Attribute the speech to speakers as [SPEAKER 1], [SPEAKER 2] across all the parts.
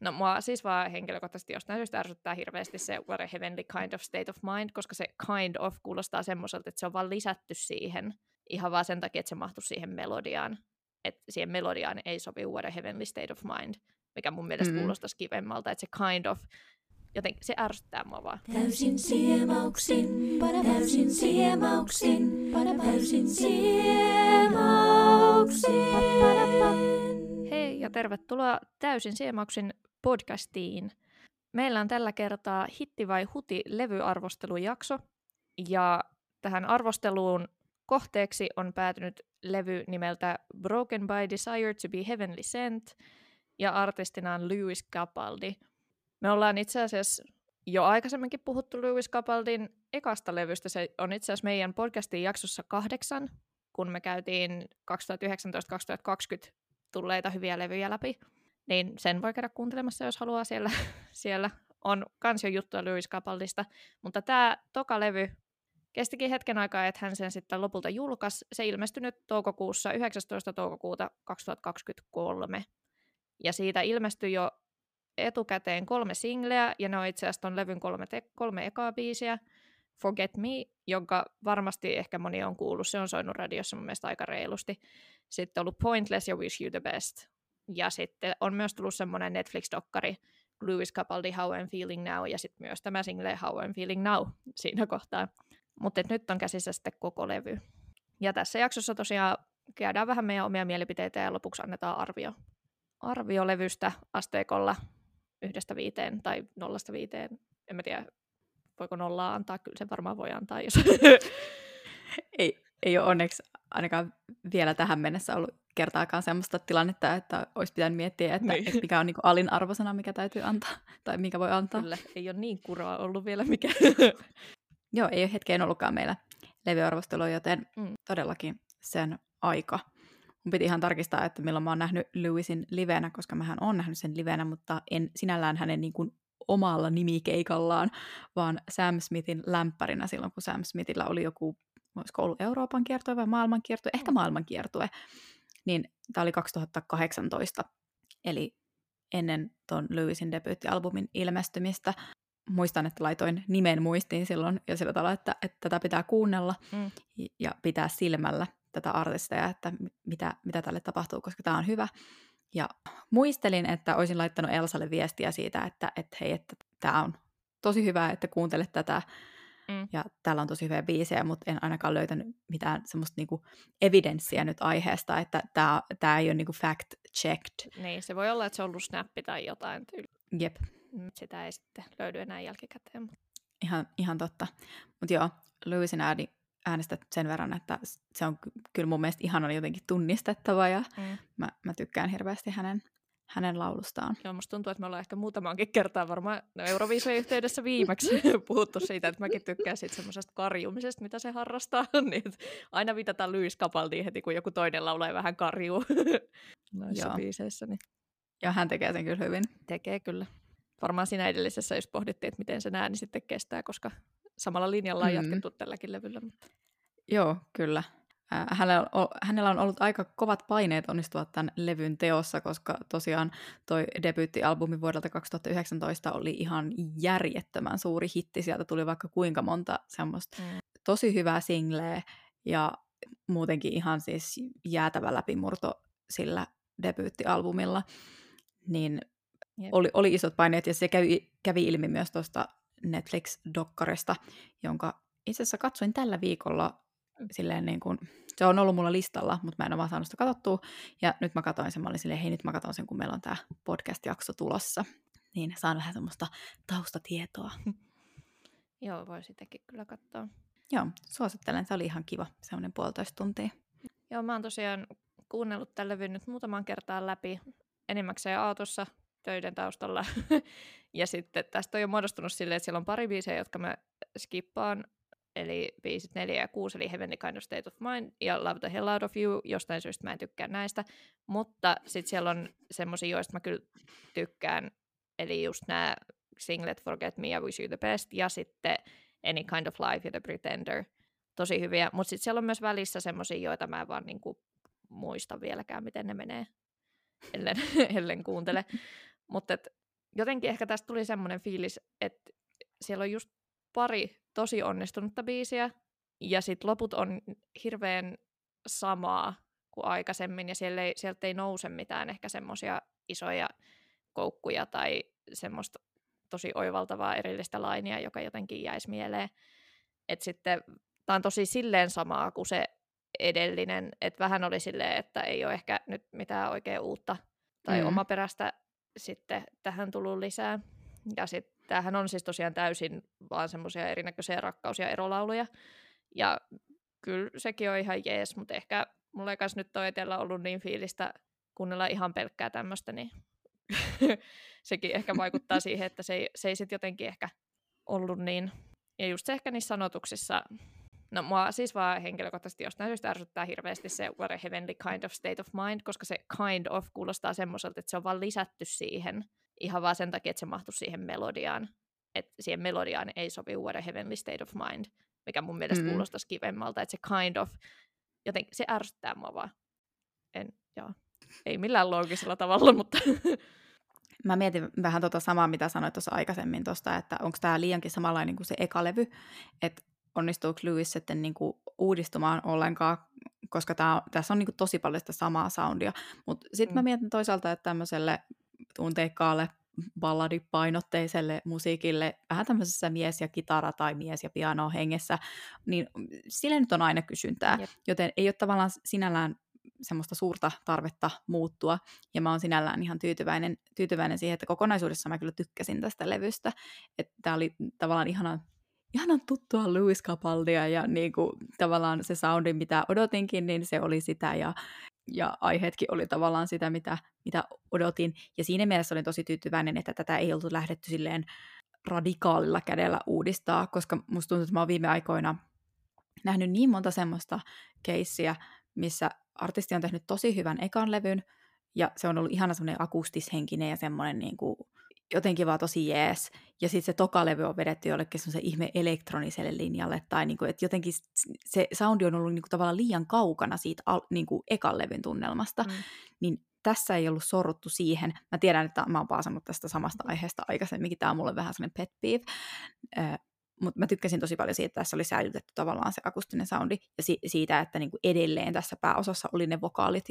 [SPEAKER 1] No mua siis vaan henkilökohtaisesti jostain syystä ärsyttää hirveästi se What a Heavenly Kind of State of Mind, koska se kind of kuulostaa semmoiselta, että se on vaan lisätty siihen ihan vaan sen takia, että se mahtuu siihen melodiaan. Että siihen melodiaan ei sovi What a Heavenly State of Mind, mikä mun mielestä kuulostaisi kivemmalta, että se kind of, joten se ärsyttää mua vaan.
[SPEAKER 2] Täysin siemauksin, täysin siemauksin, täysin siemauksin.
[SPEAKER 1] Hei ja tervetuloa Täysin siemauksin podcastiin. Meillä on tällä kertaa Hitti vai Huti levyarvostelujakso, ja tähän arvosteluun kohteeksi on päätynyt levy nimeltä Broken by Desire to be Heavenly Sent, ja artistina on Lewis Capaldi. Me ollaan itse asiassa jo aikaisemminkin puhuttu Lewis Capaldin ekasta levystä. Se on itse asiassa meidän podcastin jaksossa 8, kun me käytiin 2019-2020 tulleita hyviä levyjä läpi. Niin sen voi käydä kuuntelemassa, jos haluaa. Siellä on kans jo juttua Lewis Capaldista. Mutta tämä toka levy kestikin hetken aikaa, että hän sen sitten lopulta julkaisi. Se ilmestyi nyt toukokuussa, 19. toukokuuta 2023. Ja siitä ilmestyi jo etukäteen 3 singleä, ja ne on itse asiassa ton levyn 3 ekaa biisiä. Forget Me, jonka varmasti ehkä moni on kuullut, se on soinut radiossa mun mielestä aika reilusti. Sitten on ollut Pointless ja Wish You the Best. Ja sitten on myös tullut semmoinen Netflix-dokkari, Lewis Capaldi, How I'm Feeling Now, ja sitten myös tämä single How I'm Feeling Now siinä kohtaa. Mutta nyt on käsissä sitten koko levy. Ja tässä jaksossa tosiaan käydään vähän meidän omia mielipiteitä ja lopuksi annetaan arvio levystä asteikolla 1-5 tai 0-5. En mä tiedä, voiko 0 antaa, kyllä se varmaan voi antaa, jos...
[SPEAKER 3] Ei ole onneksi ainakaan vielä tähän mennessä ollut kertaakaan semmoista tilannetta, että olisi pitänyt miettiä, että
[SPEAKER 1] Niin.
[SPEAKER 3] mikä on niin kuin alin arvosana, mikä täytyy antaa, tai mikä voi antaa.
[SPEAKER 1] Kyllä, ei ole niin kuraa ollut vielä mikään.
[SPEAKER 3] Joo, ei ole hetkeen ollutkaan meillä levyarvostelua, joten todellakin sen aika. Mun piti ihan tarkistaa, että milloin mä oon nähnyt Lewisin livenä, koska mähän oon nähnyt sen livenä, mutta en sinällään hänen niin kuin omalla nimikeikallaan, vaan Sam Smithin lämpärinä silloin, kun Sam Smithillä oli joku, olisiko ollut Euroopan kiertue vai maailman kiertue, ehkä maailman kiertue, niin tämä oli 2018, eli ennen ton Lewisin debyyttialbumin ilmestymistä. Muistan, että laitoin nimen muistiin silloin ja sillä tavalla, että tätä pitää kuunnella ja pitää silmällä tätä artistia, että mitä tälle tapahtuu, koska tämä on hyvä. Ja muistelin, että olisin laittanut Elsalle viestiä siitä, että hei, että tämä on tosi hyvä, että kuuntelet tätä. Ja täällä on tosi hyviä biisejä, mutta en ainakaan löytänyt mitään semmoista niinku evidenssiä nyt aiheesta, että tämä ei ole niinku fact-checked.
[SPEAKER 1] Niin, se voi olla, että se on ollut snappi tai jotain tyyliä.
[SPEAKER 3] Jep.
[SPEAKER 1] Sitä ei sitten löydy enää jälkikäteen.
[SPEAKER 3] Ihan totta. Mutta joo, Lewisin äänestä sen verran, että se on kyllä mun mielestä ihanan jotenkin tunnistettava ja mä tykkään hirveästi hänen laulustaan.
[SPEAKER 1] Joo, musta tuntuu, että me ollaan ehkä muutamankin kertaa varmaan Euroviisujen yhteydessä viimeksi puhuttu siitä, että mäkin tykkään siitä semmoisesta karjumisesta, mitä se harrastaa. Niin, aina viitataan Lewis Capaldiin heti, kun joku toinen laulaa vähän karjuu noissa biiseissä. Niin.
[SPEAKER 3] Ja hän tekee sen kyllä hyvin.
[SPEAKER 1] Tekee kyllä. Varmaan siinä edellisessä just pohdittiin, että miten sen ääni sitten kestää, koska samalla linjalla on jatkettu tälläkin levyllä. Mutta...
[SPEAKER 3] Joo, kyllä. Hänellä on ollut aika kovat paineet onnistua tämän levyn teossa, koska tosiaan toi debyyttialbumi vuodelta 2019 oli ihan järjettömän suuri hitti. Sieltä tuli vaikka kuinka monta semmoista tosi hyvää singleä ja muutenkin ihan siis jäätävä läpimurto sillä debyyttialbumilla. Niin oli isot paineet ja se kävi ilmi myös tuosta Netflix-dokkarista, jonka itse asiassa katsoin tällä viikolla. Silleen niin kuin, se on ollut mulla listalla, mutta mä en ole vaan saanut sitä katsottua. Ja nyt mä katsoin sen, mä olin silleen, hei nyt mä katson sen, kun meillä on tää podcast-jakso tulossa. Niin saan vähän semmoista taustatietoa.
[SPEAKER 1] Joo, voi sitäkin kyllä katsoa.
[SPEAKER 3] Joo, suosittelen, se oli ihan kiva, semmoinen 1,5 tuntia.
[SPEAKER 1] Joo, mä oon tosiaan kuunnellut tämän levyn nyt muutaman kertaan läpi, enimmäkseen autossa töiden taustalla. Ja sitten tästä on jo muodostunut silleen, että siellä on pari biisejä, jotka mä skippaan. Eli biisit 4 ja 6, eli Heavenly Kind of State of Mind ja Love the Hell Out of You. Jostain syystä mä en tykkää näistä. Mutta sitten siellä on semmosia, joista mä kyllä tykkään. Eli just nämä singlet Forget Me ja Wish You the Best. Ja sitten Any Kind of Life ja The Pretender. Tosi hyviä. Mutta sitten siellä on myös välissä semmosia, joita mä en vaan niinku muista vieläkään, miten ne menee. Ellen kuuntele. Mutta jotenkin ehkä tästä tuli semmoinen fiilis, että siellä on just pari tosi onnistunutta biisiä, ja sitten loput on hirveän samaa kuin aikaisemmin, ja sieltä ei nouse mitään ehkä semmoisia isoja koukkuja tai semmoista tosi oivaltavaa erillistä lainia, joka jotenkin jäisi mieleen. Että sitten tämä on tosi silleen samaa kuin se edellinen, että vähän oli silleen, että ei ole ehkä nyt mitään oikein uutta tai omaperäistä sitten tähän tullut lisää. Ja sitten tämähän on siis tosiaan täysin vaan semmoisia erinäköisiä rakkaus- ja erolauluja. Ja kyllä sekin on ihan jees, mutta ehkä mulla ei kanssa nyt ole itsellä ollut niin fiilistä kuunnella ihan pelkkää tämmöistä, niin sekin ehkä vaikuttaa siihen, että se ei sitten jotenkin ehkä ollut niin. Ja just se ehkä niissä sanotuksissa, no mua siis vaan henkilökohtaisesti jostain syystä ärsyttää hirveästi se what a heavenly kind of state of mind, koska se kind of kuulostaa semmoiselta, että se on vaan lisätty siihen ihan vaan sen takia, että se mahtuu siihen melodiaan. Että siihen melodiaan ei sovi what a heavenly state of mind, mikä mun mielestä kuulostaisi kivemmalta, että se kind of, jotenkin se ärsyttää mua vaan. Ei millään loogisella tavalla, mutta
[SPEAKER 3] Mä mietin vähän samaa, mitä sanoit tuossa aikaisemmin tuosta, että onko tämä liiankin samanlainen kuin se eka levy, että onnistuuko Lewis sitten niinku uudistumaan ollenkaan, koska tässä on niinku tosi paljon sitä samaa soundia. Mutta sitten mä mietin toisaalta, että tämmöiselle tunteikkaalle balladipainotteiselle musiikille, vähän tämmöisessä mies ja kitara tai mies ja piano hengessä, niin sille nyt on aina kysyntää, joten ei ole tavallaan sinällään semmoista suurta tarvetta muuttua, ja mä oon sinällään ihan tyytyväinen siihen, että kokonaisuudessa mä kyllä tykkäsin tästä levystä, että tää oli tavallaan ihanan tuttua Lewis Capaldia, ja niinku, tavallaan se soundi, mitä odotinkin, niin se oli sitä, ja aiheetkin oli tavallaan sitä, mitä odotin, ja siinä mielessä olin tosi tyytyväinen, että tätä ei oltu lähdetty silleen radikaalilla kädellä uudistaa, koska musta tuntuu, että mä oon viime aikoina nähnyt niin monta semmoista keissiä, missä artisti on tehnyt tosi hyvän ekan levyn, ja se on ollut ihana semmoinen akustishenkinen ja semmoinen niinku, jotenkin vaan tosi jees. Ja sitten se toka levy on vedetty jollekin semmoisen ihme elektroniselle linjalle, tai niinku, että jotenkin se soundi on ollut niinku tavallaan liian kaukana siitä niinku ekan levyn tunnelmasta. Niin tässä ei ollut sorruttu siihen. Mä tiedän, että mä oon paasannut tästä samasta aiheesta aikaisemminkin. Tää on mulle vähän semmoinen pet peeve. Mutta mä tykkäsin tosi paljon siitä, että tässä oli säilytetty tavallaan se akustinen soundi, ja siitä, että niinku edelleen tässä pääosassa oli ne vokaalit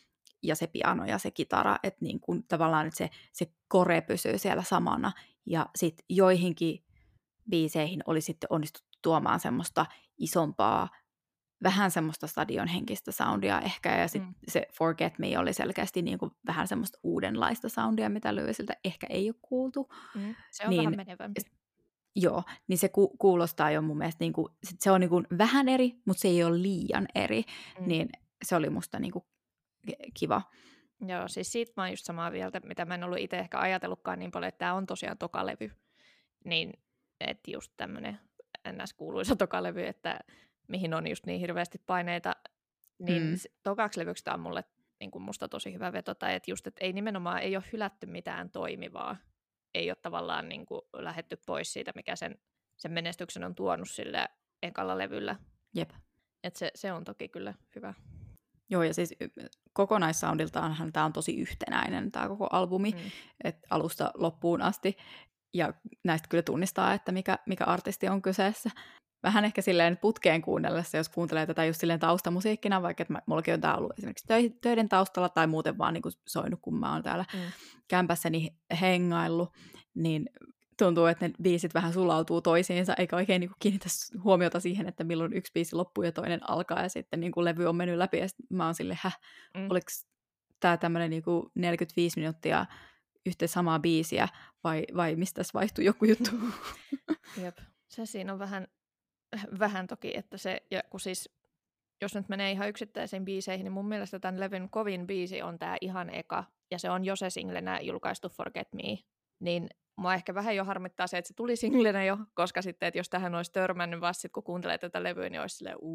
[SPEAKER 3] ja se piano ja se kitara, että niinku tavallaan että se kore pysyy siellä samana, ja sitten joihinkin biiseihin oli sitten onnistuttu tuomaan semmoista isompaa, vähän semmoista stadionhenkistä soundia ehkä, ja sitten se Forget Me oli selkeästi niinku vähän semmoista uudenlaista soundia, mitä Lewisiltä ehkä ei ole kuultu.
[SPEAKER 1] Se on vähän menevämpi.
[SPEAKER 3] Joo, niin se kuulostaa jo mun mielestä, niinku, se on niinku vähän eri, mutta se ei ole liian eri, niin se oli musta niinku kiva.
[SPEAKER 1] Joo, siis siitä mä oon just samaa mieltä, mitä mä en ollut itse ehkä ajatellutkaan niin paljon, että tää on tosiaan tokalevy. Niin, että just tämmönen NS-kuuluisa tokalevy, että mihin on just niin hirveästi paineita, niin tokaksi levyksi tää on mulle niin kuin musta tosi hyvä veto, tai että just, että ei nimenomaan ei ole hylätty mitään toimivaa. Ei ole tavallaan niin kuin lähdetty pois siitä, mikä sen menestyksen on tuonut sille ekalla levyllä.
[SPEAKER 3] Jep.
[SPEAKER 1] Että se on toki kyllä hyvä.
[SPEAKER 3] Joo, ja siis kokonaissoundiltaanhan tämä on tosi yhtenäinen, tämä koko albumi, että alusta loppuun asti. Ja näistä kyllä tunnistaa, että mikä artisti on kyseessä. Vähän ehkä silleen putkeen kuunnellessa, jos kuuntelee tätä just silleen taustamusiikkina, vaikka että mullakin on tämä ollut esimerkiksi töiden taustalla tai muuten vaan niin kuin soinut, kun mä oon täällä kämpässäni hengaillut, niin tuntuu, että ne biisit vähän sulautuu toisiinsa, eikä oikein niin kuin kiinnitä huomiota siihen, että milloin yksi biisi loppuu ja toinen alkaa, ja sitten niin kuin levy on mennyt läpi, ja mä oon silleen, oliko tämä tämmöinen niin kuin 45 minuuttia yhteen samaa biisiä, vai mistä tässä vaihtuu joku juttu?
[SPEAKER 1] Jep, se siinä on vähän toki, että se, ja kun siis, jos nyt menee ihan yksittäisiin biiseihin, niin mun mielestä tämän levyn kovin biisi on tämä ihan eka, ja se on jo se singlenä julkaistu Forget Me, niin mua ehkä vähän jo harmittaa se, että se tuli singlenä jo, koska sitten, että jos tähän olisi törmännyt vasta sit, kun kuuntelee tätä levyä, niin olisi silleen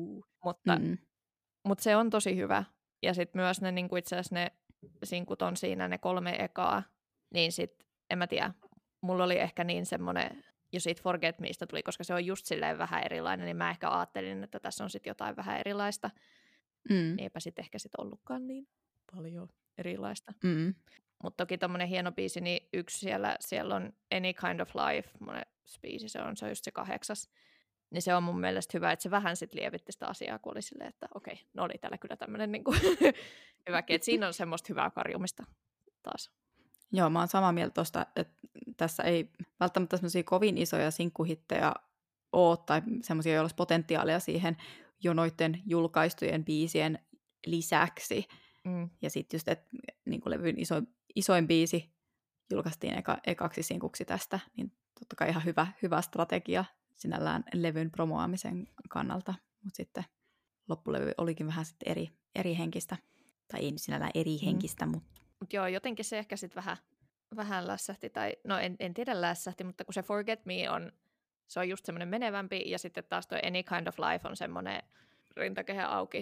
[SPEAKER 1] Mutta se on tosi hyvä, ja sitten myös ne niin itse asiassa ne sinkut on siinä ne 3 ekaa, niin sitten, en mä tiedä, mulla oli ehkä niin semmoinen, jo siitä Forget Meistä tuli, koska se on just silleen vähän erilainen, niin mä ehkä ajattelin, että tässä on sitten jotain vähän erilaista. Eipä sitten ehkä sitten ollutkaan niin paljon erilaista. Mutta toki tommonen hieno biisi, niin yksi siellä on Any Kind of Life, monen biisi, se on just se 8. Niin se on mun mielestä hyvä, että se vähän sit lievitti sitä asiaa, kun oli silleen, että okei, no oli täällä kyllä tämmönen niinku hyväkin, että siinä on semmoista hyvää karjumista taas.
[SPEAKER 3] Joo, mä oon samaa mieltä tosta, että tässä ei välttämättä semmoisia kovin isoja sinkkuhittejä ole, tai semmoisia, joilla olisi potentiaalia siihen jo noiden julkaistujen biisien lisäksi. Ja sitten just, että niin levyn isoin biisi julkaistiin ekaksi sinkuksi tästä, niin totta kai ihan hyvä strategia sinällään levyn promoamisen kannalta, mutta sitten loppulevy olikin vähän sitten eri henkistä, tai ei sinällään eri henkistä, mutta...
[SPEAKER 1] Mut joo, jotenkin se ehkä sitten vähän lässähti, tai no en tiedä lässähti, mutta kun se Forget Me se on just semmoinen menevämpi, ja sitten taas toi Any Kind of Life on semmoinen rintakehä auki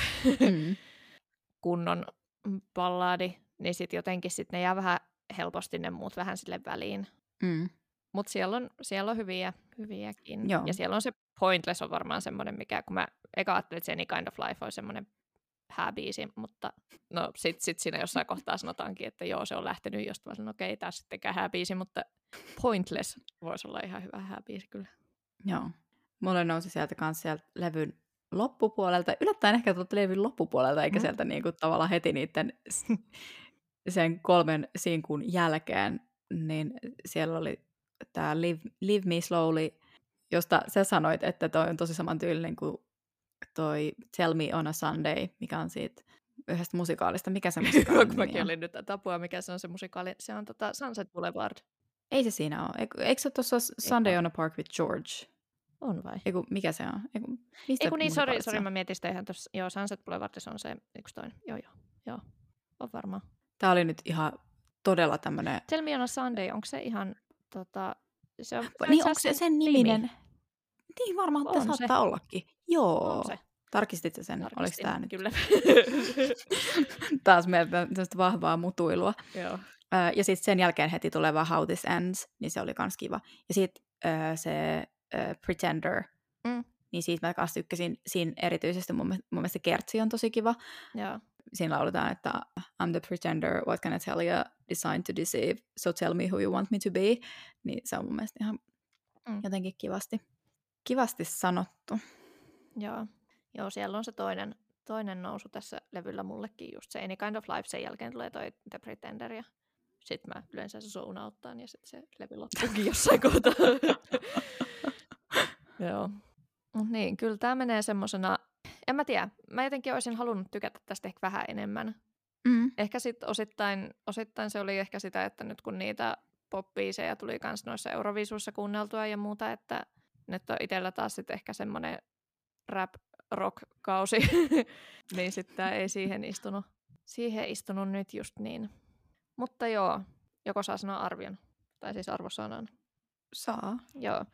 [SPEAKER 1] kunnon balladi, niin sitten jotenkin ne jää vähän helposti ne muut vähän sille väliin. Mutta siellä on hyviäkin. Joo. Ja siellä on se Pointless on varmaan semmoinen, mikä, kun mä eka ajattelin, että se Any Kind of Life on semmoinen hääbiisi, mutta no sit siinä jossain kohtaa sanotaankin, että joo, se on lähtenyt jostain, vaan okei, taas sittenkään hääbiisi, mutta Pointless voisi olla ihan hyvä hääbiisi kyllä.
[SPEAKER 3] Joo. Mulle nousi sieltä levyn loppupuolelta, yllättäen ehkä tuolta levyn loppupuolelta, eikä sieltä niinku tavallaan heti niiden sen 3 sinkun jälkeen, niin siellä oli tämä Leave Me Slowly, josta sä sanoit, että toi on tosi samantyylinen kuin toi Tell Me on a Sunday, mikä on siitä yhdestä musikaalista. Mikä se musikaali nimi on?
[SPEAKER 1] Mäkin olin nyt tapua, mikä se on se musikaali. Se on Sunset Boulevard.
[SPEAKER 3] Ei se siinä ole. Eikö se ole tuossa Sunday on a Park with George?
[SPEAKER 1] On vai?
[SPEAKER 3] Mikä se on?
[SPEAKER 1] Sori, mä mietin sitä ihan tuossa. Joo, Sunset Boulevard, se on se yksi toinen. Joo, on varmaan.
[SPEAKER 3] Tää oli nyt ihan todella tämmönen...
[SPEAKER 1] Tell Me on a Sunday, onko se ihan se on,
[SPEAKER 3] niin onko se sen niminen? Niin varmaan
[SPEAKER 1] on
[SPEAKER 3] saattaa ollakin. Joo.
[SPEAKER 1] On se.
[SPEAKER 3] Tarkistit sen? Oliko tää nyt?
[SPEAKER 1] Kyllä.
[SPEAKER 3] Taas meiltä vahvaa mutuilua.
[SPEAKER 1] Joo.
[SPEAKER 3] Ja sitten sen jälkeen heti tulee vaan How This Ends, niin se oli kans kiva. Ja sitten se Pretender, niin siitä mä kanssa tykkäsin. Siinä erityisesti mun mielestä Kertsi on tosi kiva.
[SPEAKER 1] Joo.
[SPEAKER 3] Siinä lauletaan, että I'm the pretender, what can I tell you, designed to deceive, so tell me who you want me to be. Niin se on mun mielestä ihan jotenkin kivasti sanottu.
[SPEAKER 1] Joo, siellä on se toinen nousu tässä levyllä mullekin just se Any Kind of Life, sen jälkeen tulee toi The Pretender ja sitten mä yleensä zonauttaan ja sitten se levy loppuukin jossain kohtaa. Joo. Niin, kyllä tää menee semmosena, en mä tiedä, mä jotenkin olisin halunnut tykätä tästä ehkä vähän enemmän. Ehkä sitten osittain se oli ehkä sitä, että nyt kun niitä pop-biisejä tuli kans noissa Euroviisuissa kuunneltua ja muuta, että nyt on itsellä taas sitten ehkä semmoinen rap-rock-kausi, niin sitten tää ei siihen istunut nyt just niin. Mutta joo, joko saa sanoa arvion, tai siis arvosanan.
[SPEAKER 3] Saa.
[SPEAKER 1] Joo.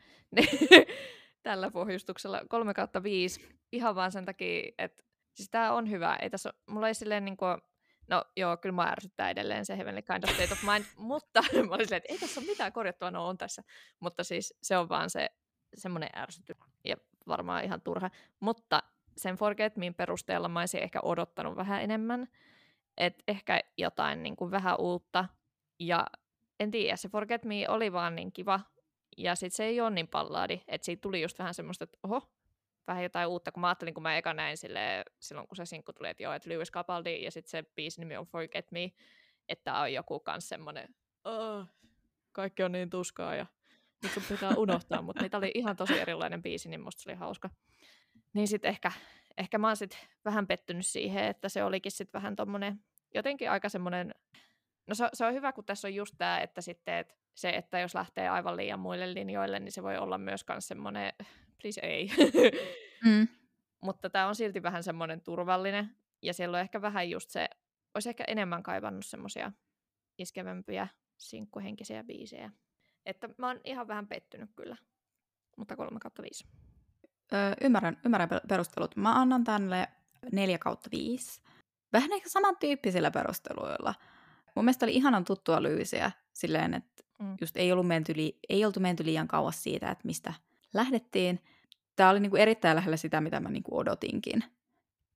[SPEAKER 1] Tällä pohjustuksella 3/5, ihan vaan sen takia, että siis tää on hyvä. Ei tässä mulla ei silleen niinku, no joo, kyllä mä ärsyttää edelleen se Heavenly Kind of State of Mind, mutta mä olin silleen, että ei tässä ole mitään korjattavaa, no on tässä. Mutta siis se on vaan se semmoinen ärsytys ja varmaan ihan turha. Mutta sen Forget Mein perusteella mä olisin ehkä odottanut vähän enemmän, että ehkä jotain niinku vähän uutta. Ja en tiedä, se Forget Me oli vaan niin kiva. Ja sit se ei ole niin pallaadi, että siitä tuli just vähän semmoista, että oho, vähän jotain uutta, kun mä ajattelin, kun mä eka näin silloin, kun se sinkku tuli, että joo, että Lewis Capaldi, ja sitten se biisin nimi on Forget Me, että on joku kans semmonen, kaikki on niin tuskaa, ja nyt sun pitää unohtaa, mutta niitä oli ihan tosi erilainen biisi, niin musta se oli hauska. Niin sit ehkä mä oon sit vähän pettynyt siihen, että se olikin sit vähän tommonen, jotenkin aika semmonen, no se on hyvä, kun tässä on just tää, että sitten, että se, että jos lähtee aivan liian muille linjoille, niin se voi olla myös semmoinen, please ei. Mutta tämä on silti vähän semmoinen turvallinen, ja siellä on ehkä vähän just se, olisi ehkä enemmän kaivannut semmoisia iskevämpiä, sinkkuhenkisiä biisejä. Että mä oon ihan vähän pettynyt kyllä, mutta 3/5.
[SPEAKER 3] Ymmärrän perustelut. Mä annan tänne 4/5. Vähän ehkä samantyyppisillä perusteluilla. Mun mielestä oli ihanan tuttua Lewisiä silleen, että just ei oltu menty liian kauas siitä, että mistä lähdettiin. Tämä oli niinku erittäin lähellä sitä, mitä mä niinku odotinkin.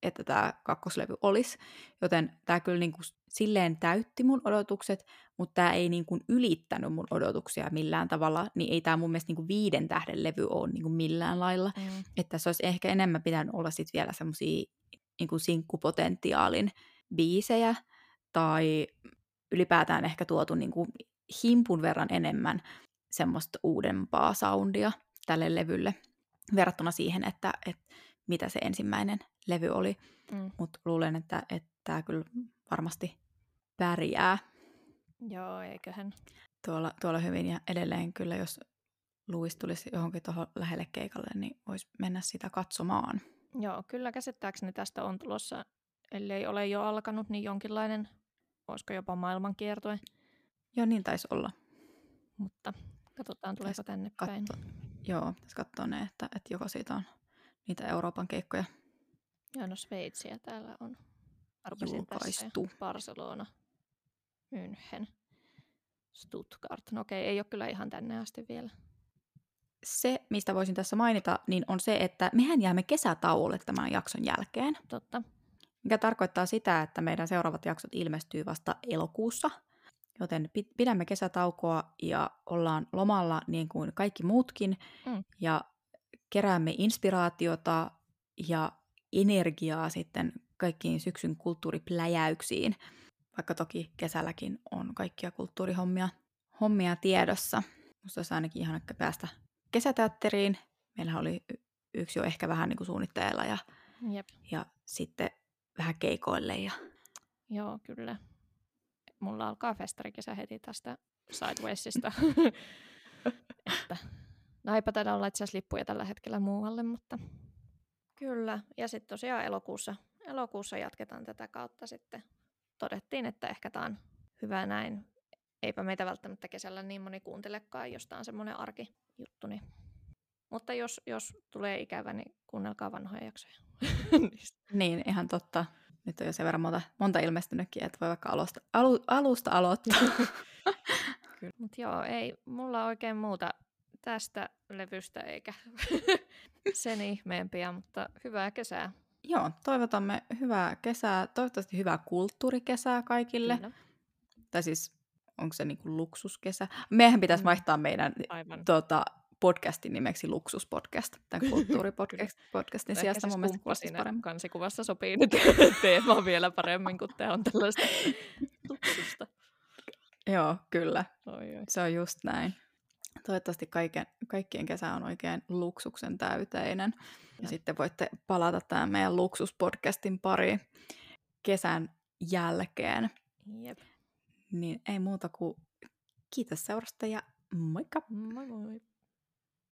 [SPEAKER 3] että tämä kakkoslevy olisi. Joten tämä kyllä niin kuin silleen täytti mun odotukset, mutta tämä ei niin kuin ylittänyt mun odotuksia millään tavalla. Niin ei tämä mun mielestä niin kuin 5 tähden levy ole niin kuin millään lailla. Että se olisi ehkä enemmän pitänyt olla sit vielä semmoisia niin kuin sinkkupotentiaalin biisejä. Tai ylipäätään ehkä tuotu niin kuin himpun verran enemmän semmoista uudempaa soundia tälle levylle verrattuna siihen, että mitä se ensimmäinen levy oli. Mutta luulen, että tämä kyllä varmasti pärjää.
[SPEAKER 1] Joo, eiköhän.
[SPEAKER 3] Tuolla hyvin, ja edelleen kyllä, jos Louis tulisi johonkin tuohon lähelle keikalle, niin voisi mennä sitä katsomaan.
[SPEAKER 1] Joo, kyllä käsittääkseni tästä on tulossa, ellei ole jo alkanut, niin jonkinlainen, olisiko jopa maailmankiertue.
[SPEAKER 3] Joo, niin taisi olla.
[SPEAKER 1] Mutta katsotaan, tuleeko tänne päin.
[SPEAKER 3] Joo, tässä katsoo ne, että joko siitä on niitä Euroopan keikkoja.
[SPEAKER 1] Joo, no Sveitsiä täällä on.
[SPEAKER 3] Julkaistu.
[SPEAKER 1] Barcelona, München, Stuttgart. No okei, ei ole kyllä ihan tänne asti vielä.
[SPEAKER 3] Se, mistä voisin tässä mainita, niin on se, että mehän jäämme kesätauolle tämän jakson jälkeen.
[SPEAKER 1] Totta.
[SPEAKER 3] Mikä tarkoittaa sitä, että meidän seuraavat jaksot ilmestyy vasta elokuussa. Joten pidämme kesätaukoa ja ollaan lomalla niin kuin kaikki muutkin. Ja keräämme inspiraatiota ja energiaa sitten kaikkiin syksyn kulttuuripläjäyksiin. Vaikka toki kesälläkin on kaikkia kulttuurihommia tiedossa. Musta olisi ainakin ihan päästä kesäteatteriin. Meillähän oli yksi jo ehkä vähän niin kuin suunnitteilla ja sitten vähän keikoille.
[SPEAKER 1] Joo, kyllä. Mulla alkaa festarikesä heti tästä Sidewaysista. Että, no eipä taida olla itse asiassa lippuja tällä hetkellä muualle, mutta kyllä. Ja sitten tosiaan elokuussa jatketaan tätä kautta sitten. Todettiin, että ehkä tämä on hyvä näin. Eipä meitä välttämättä kesällä niin moni kuuntelekaan, jos tämä on semmoinen arkijuttu. Niin. Mutta jos tulee ikävä, niin kuunnelkaa vanhoja jaksoja.
[SPEAKER 3] Niin, ihan totta. Nyt on jo sen verran monta ilmestynytkin, että voi vaikka alusta aloittaa.
[SPEAKER 1] Mutta joo, ei mulla oikein muuta tästä levystä eikä sen ihmeempiä, mutta hyvää kesää.
[SPEAKER 3] Joo, toivotamme hyvää kesää, toivottavasti hyvää kulttuurikesää kaikille.
[SPEAKER 1] Kyllä.
[SPEAKER 3] Tai siis, onko se niinku luksuskesä? Meidän pitäisi vaihtaa meidän podcastin nimeksi Luksuspodcast, tämän kulttuuripodcastin sijasta. Mun mielestä kuulostaa paremmin.
[SPEAKER 1] Kansikuvassa sopii nyt teema vielä paremmin, kun tämä on tällaista luksusta.
[SPEAKER 3] Joo, kyllä.
[SPEAKER 1] Oi.
[SPEAKER 3] Se on just näin. Toivottavasti kaikkien kesä on oikein luksuksen täyteinen. Ja sitten voitte palata tämän meidän luksuspodcastin pariin kesän jälkeen.
[SPEAKER 1] Jep.
[SPEAKER 3] Niin ei muuta kuin kiitos seurasta ja moikka!
[SPEAKER 1] Moi moi!